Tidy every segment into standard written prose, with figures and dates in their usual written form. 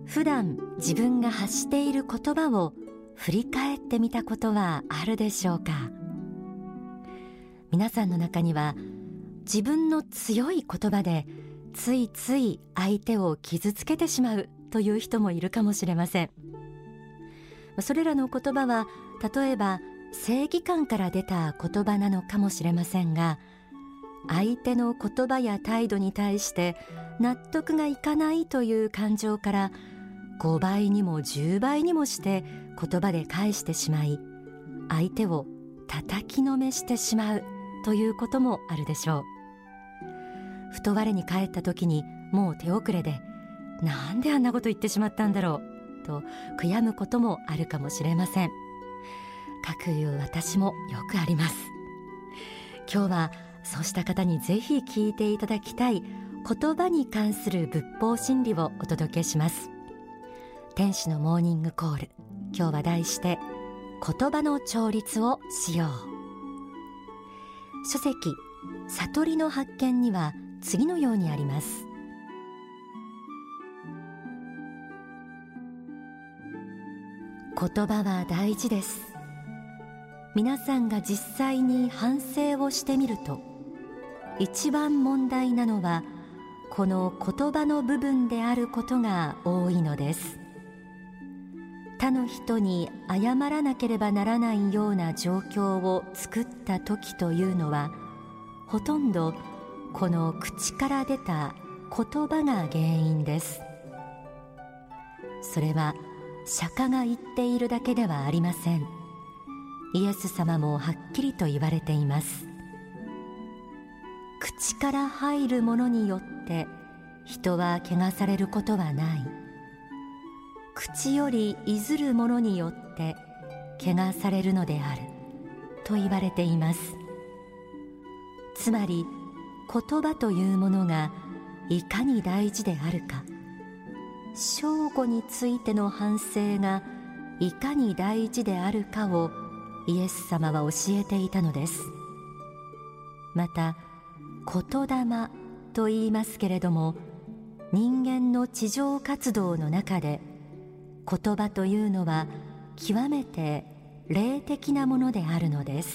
普段自分が発している言葉を振り返ってみたことはあるでしょうか。皆さんの中には自分の強い言葉でついつい相手を傷つけてしまうという人もいるかもしれません。それらの言葉は例えば正義感から出た言葉なのかもしれませんが、相手の言葉や態度に対して納得がいかないという感情から5倍にも10倍にもして言葉で返してしまい、相手を叩きのめしてしまうということもあるでしょう。ふと我に返った時にもう手遅れで、なんであんなこと言ってしまったんだろうと悔やむこともあるかもしれません。かくいう私もよくあります。今日はそうした方にぜひ聞いていただきたい言葉に関する仏法真理をお届けします。天使のモーニングコール、今日は題して言葉の調律をしよう。書籍悟りの発見には次のようにあります。言葉は大事です。皆さんが実際に反省をしてみると、一番問題なのはこの言葉の部分であることが多いのです。他の人に謝らなければならないような状況を作った時というのは、ほとんどこの口から出た言葉が原因です。それは釈迦が言っているだけではありません。イエス様もはっきりと言われています。口から入るものによって人は汚されることはない。口よりいずるものによって汚されるのであると言われています。つまり言葉というものがいかに大事であるか、正語についての反省がいかに大事であるかをイエス様は教えていたのです。また言霊と言いますけれども、人間の地上活動の中で言葉というのは極めて霊的なものであるのです。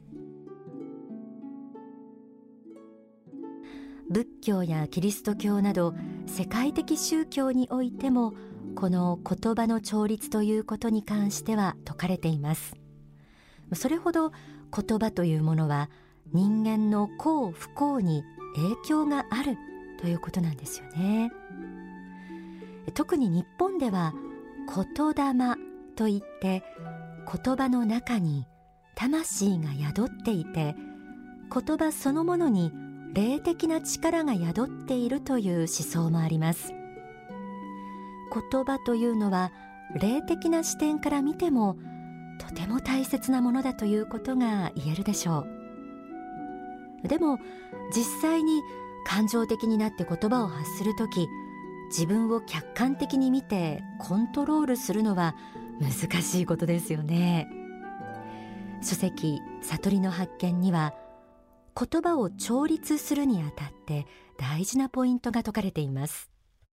仏教やキリスト教など世界的宗教においてもこの言葉の調律ということに関しては説かれています。それほど言葉というものは人間の幸不幸に影響があるということなんですよね。特に日本では言霊といって言葉の中に魂が宿っていて、言葉そのものに霊的な力が宿っているという思想もあります。言葉というのは霊的な視点から見てもとても大切なものだということが言えるでしょう。でも実際に感情的になって言葉を発するとき、自分を客観的に見てコントロールするのは難しいことですよね。書籍悟りの発見には言葉を調律するにあたって大事なポイントが説かれています。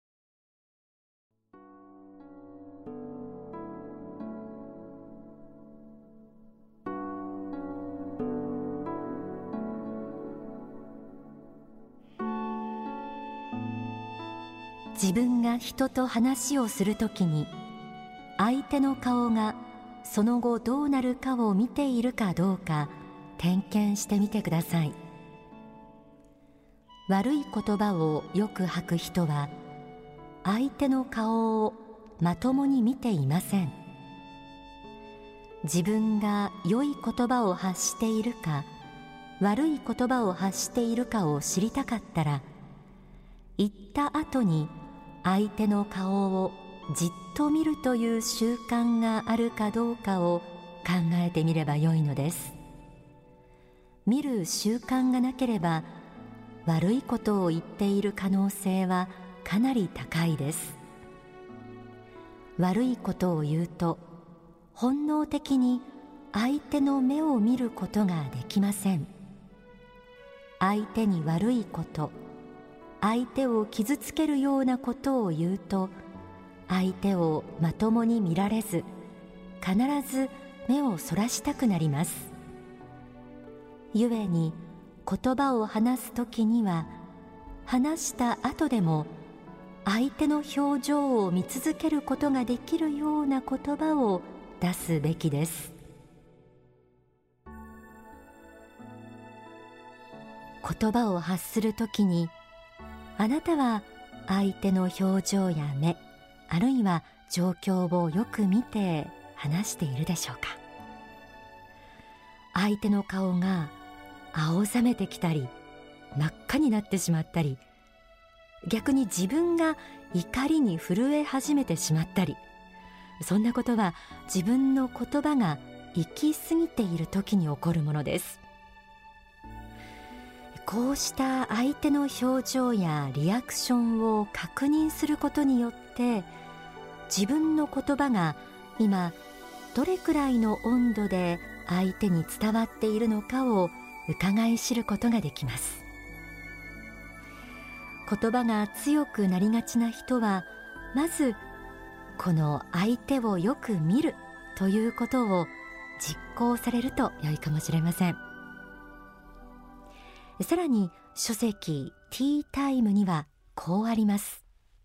自分が人と話をするときに相手の顔がその後どうなるかを見ているかどうか点検してみてください。悪い言葉をよく吐く人は相手の顔をまともに見ていません。自分が良い言葉を発しているか悪い言葉を発しているかを知りたかったら、言った後に相手の顔をじっと見るという習慣があるかどうかを考えてみればよいのです。見る習慣がなければ悪いことを言っている可能性はかなり高いです。悪いことを言うと本能的に相手の目を見ることができません。相手に悪いこと、相手を傷つけるようなことを言うと、 相手をまともに見られず、必ず目をそらしたくなります。ゆえに言葉を話すときには、話した後でも相手の表情を見続けることができるような言葉を出すべきです。言葉を発するときに、あなたは相手の表情や目、あるいは状況をよく見て話しているでしょうか。相手の顔が青ざめてきたり、真っ赤になってしまったり、逆に自分が怒りに震え始めてしまったり、そんなことは自分の言葉が行き過ぎている時に起こるものです。こうした相手の表情やリアクションを確認することによって、自分の言葉が今どれくらいの温度で相手に伝わっているのかを伺い知ることができます。言葉が強くなりがちな人は、まずこの相手をよく見るということを実行されると良いかもしれません。さらに書籍ティータイムにはこうあります。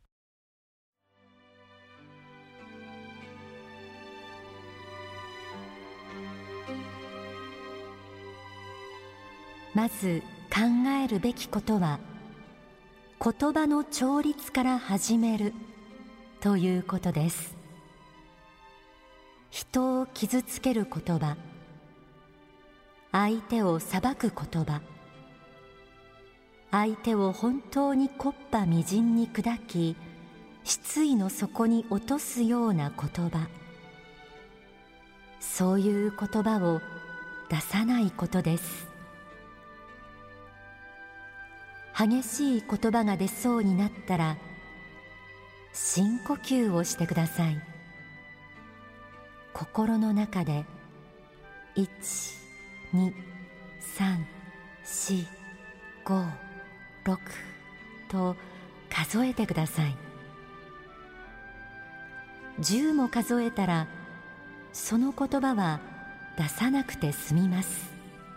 まず考えるべきことは、言葉の調律から始めるということです。人を傷つける言葉、相手を裁く言葉、相手を本当に木っ端みじんに砕き、失意の底に落とすような言葉、そういう言葉を出さないことです。激しい言葉が出そうになったら、深呼吸をしてください。心の中で1、2、3、4、5、6と数えてください。10も数えたら、その言葉は出さなくて済みます。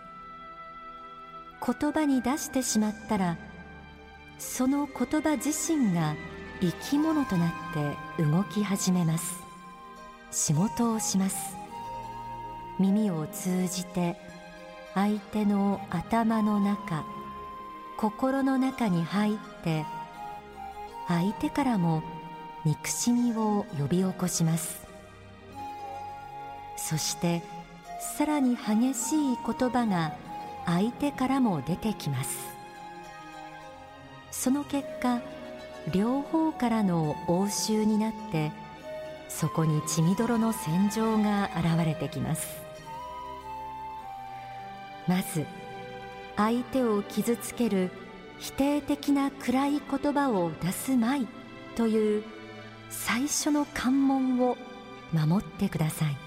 言葉に出してしまったら、その言葉自身が生き物となって動き始めます。仕事をします。耳を通じて相手の頭の中、心の中に入って、相手からも憎しみを呼び起こします。そしてさらに激しい言葉が相手からも出てきます。その結果、両方からの応酬になって、そこに血みどろの戦場が現れてきます。まず相手を傷つける否定的な暗い言葉を出すまいという最初の関門を守ってください。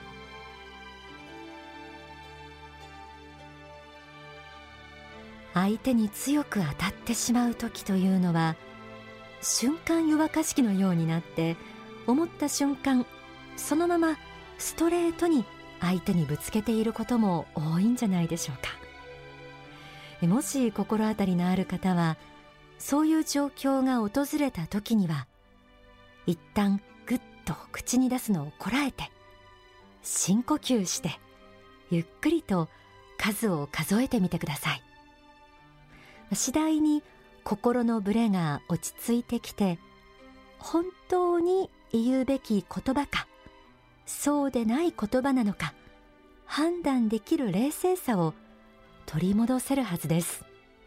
相手に強く当たってしまう時というのは、瞬間湯沸かし器のようになって、思った瞬間そのままストレートに相手にぶつけていることも多いんじゃないでしょうか。もし心当たりのある方は、そういう状況が訪れた時には、一旦ぐっと口に出すのをこらえて、深呼吸してゆっくりと数を数えてみてください。次第に心のブレが落ち着いてきて、本当に言うべき言葉か、そうでない言葉なのか判断できる冷静さを取り戻せるはずです。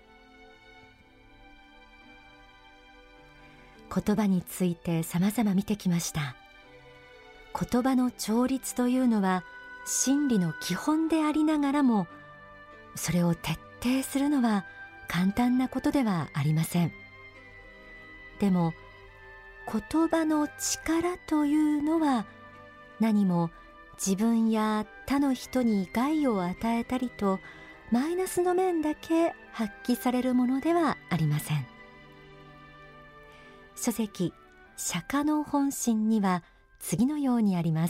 言葉について様々見てきました。言葉の調律というのは真理の基本でありながらも、それを徹底するのは簡単なことではありません。でも言葉の力というのは、何も自分や他の人に害を与えたりとマイナスの面だけ発揮されるものではありません。書籍釈迦の本心には次のようにあります。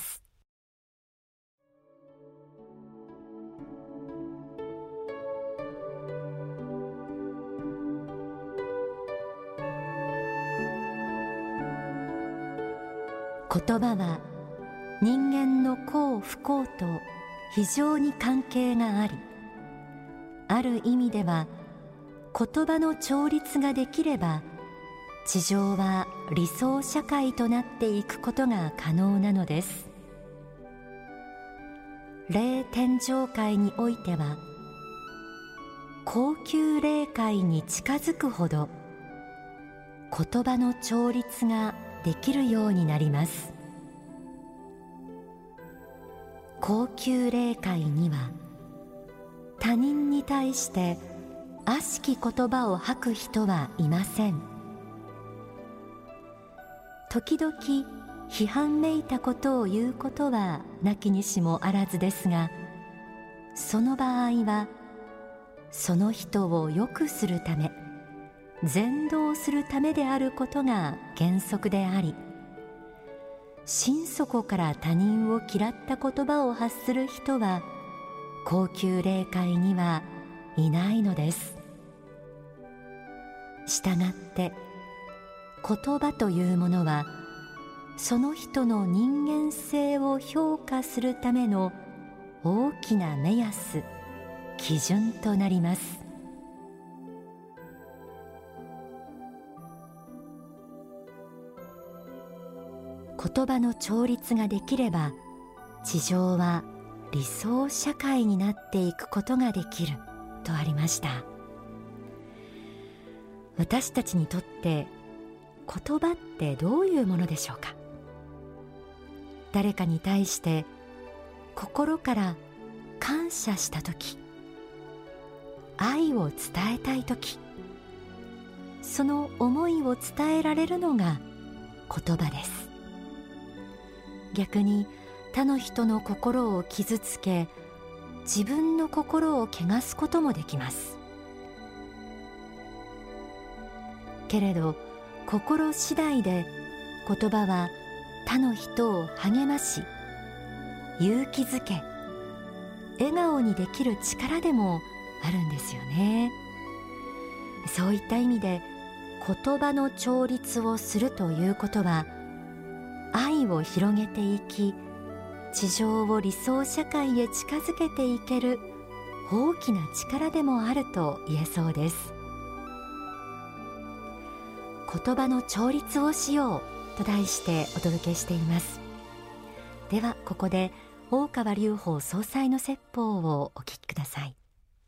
言葉は人間の幸不幸と非常に関係があり、ある意味では言葉の調律ができれば地上は理想社会となっていくことが可能なのです。霊天上界においては高級霊界に近づくほど言葉の調律ができるようになります。高級霊界には他人に対して悪しき言葉を吐く人はいません。時々批判めいたことを言うことはなきにしもあらずですが、その場合はその人を良くするため、善導するためであることが原則であり、心底から他人を嫌った言葉を発する人は高級霊界にはいないのです。したがって言葉というものはその人の人間性を評価するための大きな目安、基準となります。言葉の調律ができれば地上は理想社会になっていくことができるとありました。私たちにとって言葉ってどういうものでしょうか。誰かに対して心から感謝したとき、愛を伝えたいとき、その思いを伝えられるのが言葉です。逆に他の人の心を傷つけ、自分の心を汚すこともできます。けれど心次第で言葉は他の人を励まし、勇気づけ、笑顔にできる力でもあるんですよね。そういった意味で言葉の調律をするということは、愛を広げていき、地上を理想社会へ近づけていける大きな力でもあると言えそうです。言葉の調律をしようと題してお届けしています。ではここで大川隆法総裁の説法をお聞きください。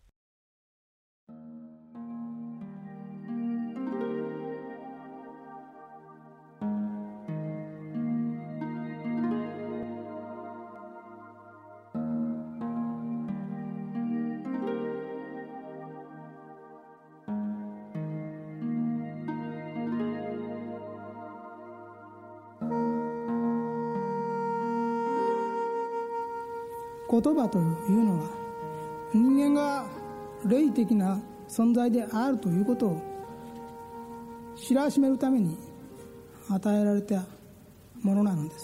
言葉というのは人間が霊的な存在であるということを知らしめるために与えられたものなのです。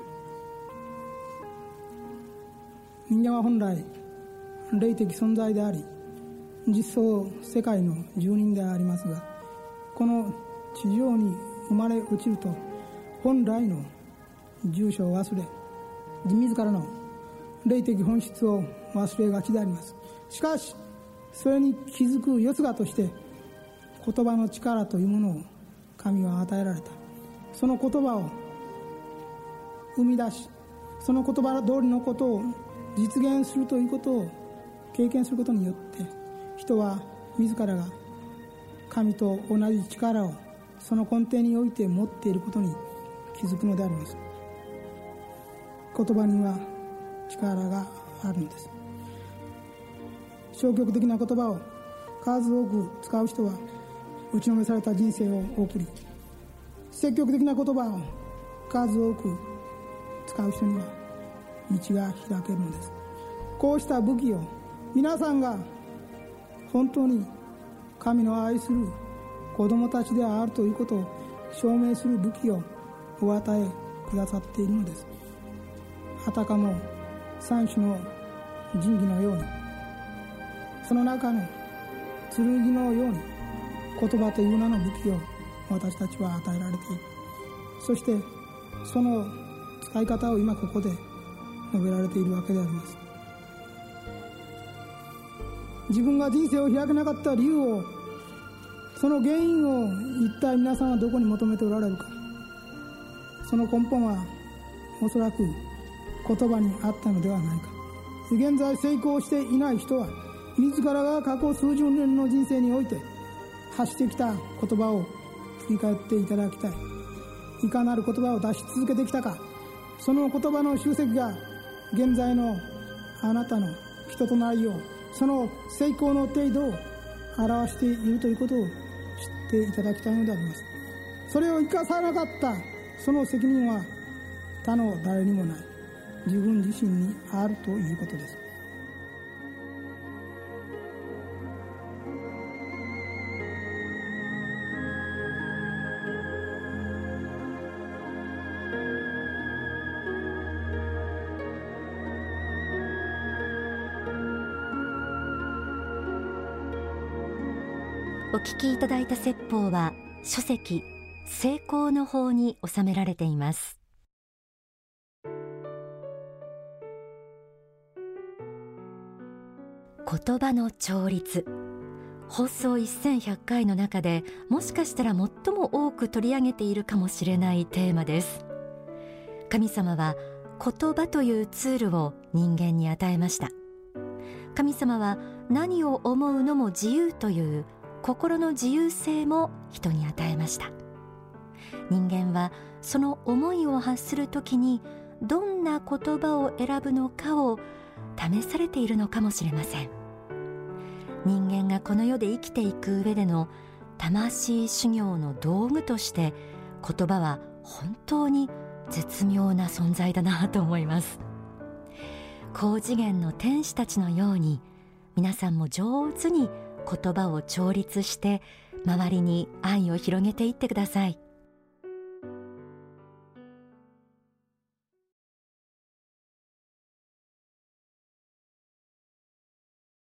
人間は本来霊的存在であり、実相世界の住人でありますが、この地上に生まれ落ちると本来の住所を忘れ、自らの霊的本質を忘れがちであります。しかしそれに気づくよすがとして言葉の力というものを神は与えられた。その言葉を生み出し、その言葉通りのことを実現するということを経験することによって、人は自らが神と同じ力をその根底において持っていることに気づくのであります。言葉には力があるのです。消極的な言葉を数多く使う人は打ちのめされた人生を送り、積極的な言葉を数多く使う人には道が開けるのです。こうした武器を皆さんが本当に神の愛する子供たちであるということを証明する武器をお与えくださっているのです。あたかも三種の神器のように、その中の剣のように言葉という名の武器を私たちは与えられている。そしてその使い方を今ここで述べられているわけであります。自分が人生を開けなかった理由を、その原因を一体皆さんはどこに求めておられるか。その根本はおそらく言葉にあったのではないか。現在成功していない人は、自らが過去数十年の人生において発してきた言葉を振り返っていただきたい。いかなる言葉を出し続けてきたか、その言葉の集積が現在のあなたの人となりを、その成功の程度を表しているということを知っていただきたいのであります。それを生かさなかったその責任は他の誰にもない、自分自身にあるということです。 お聞きいただいた説法は書籍成功の法に収められています。言葉の調律、放送1100回の中でもしかしたら最も多く取り上げているかもしれないテーマです。神様は言葉というツールを人間に与えました。神様は何を思うのも自由という心の自由性も人に与えました。人間はその思いを発するときにどんな言葉を選ぶのかを試されているのかもしれません。人間がこの世で生きていく上での魂修行の道具として言葉は本当に絶妙な存在だなと思います。高次元の天使たちのように皆さんも上手に言葉を調律して周りに愛を広げていってください。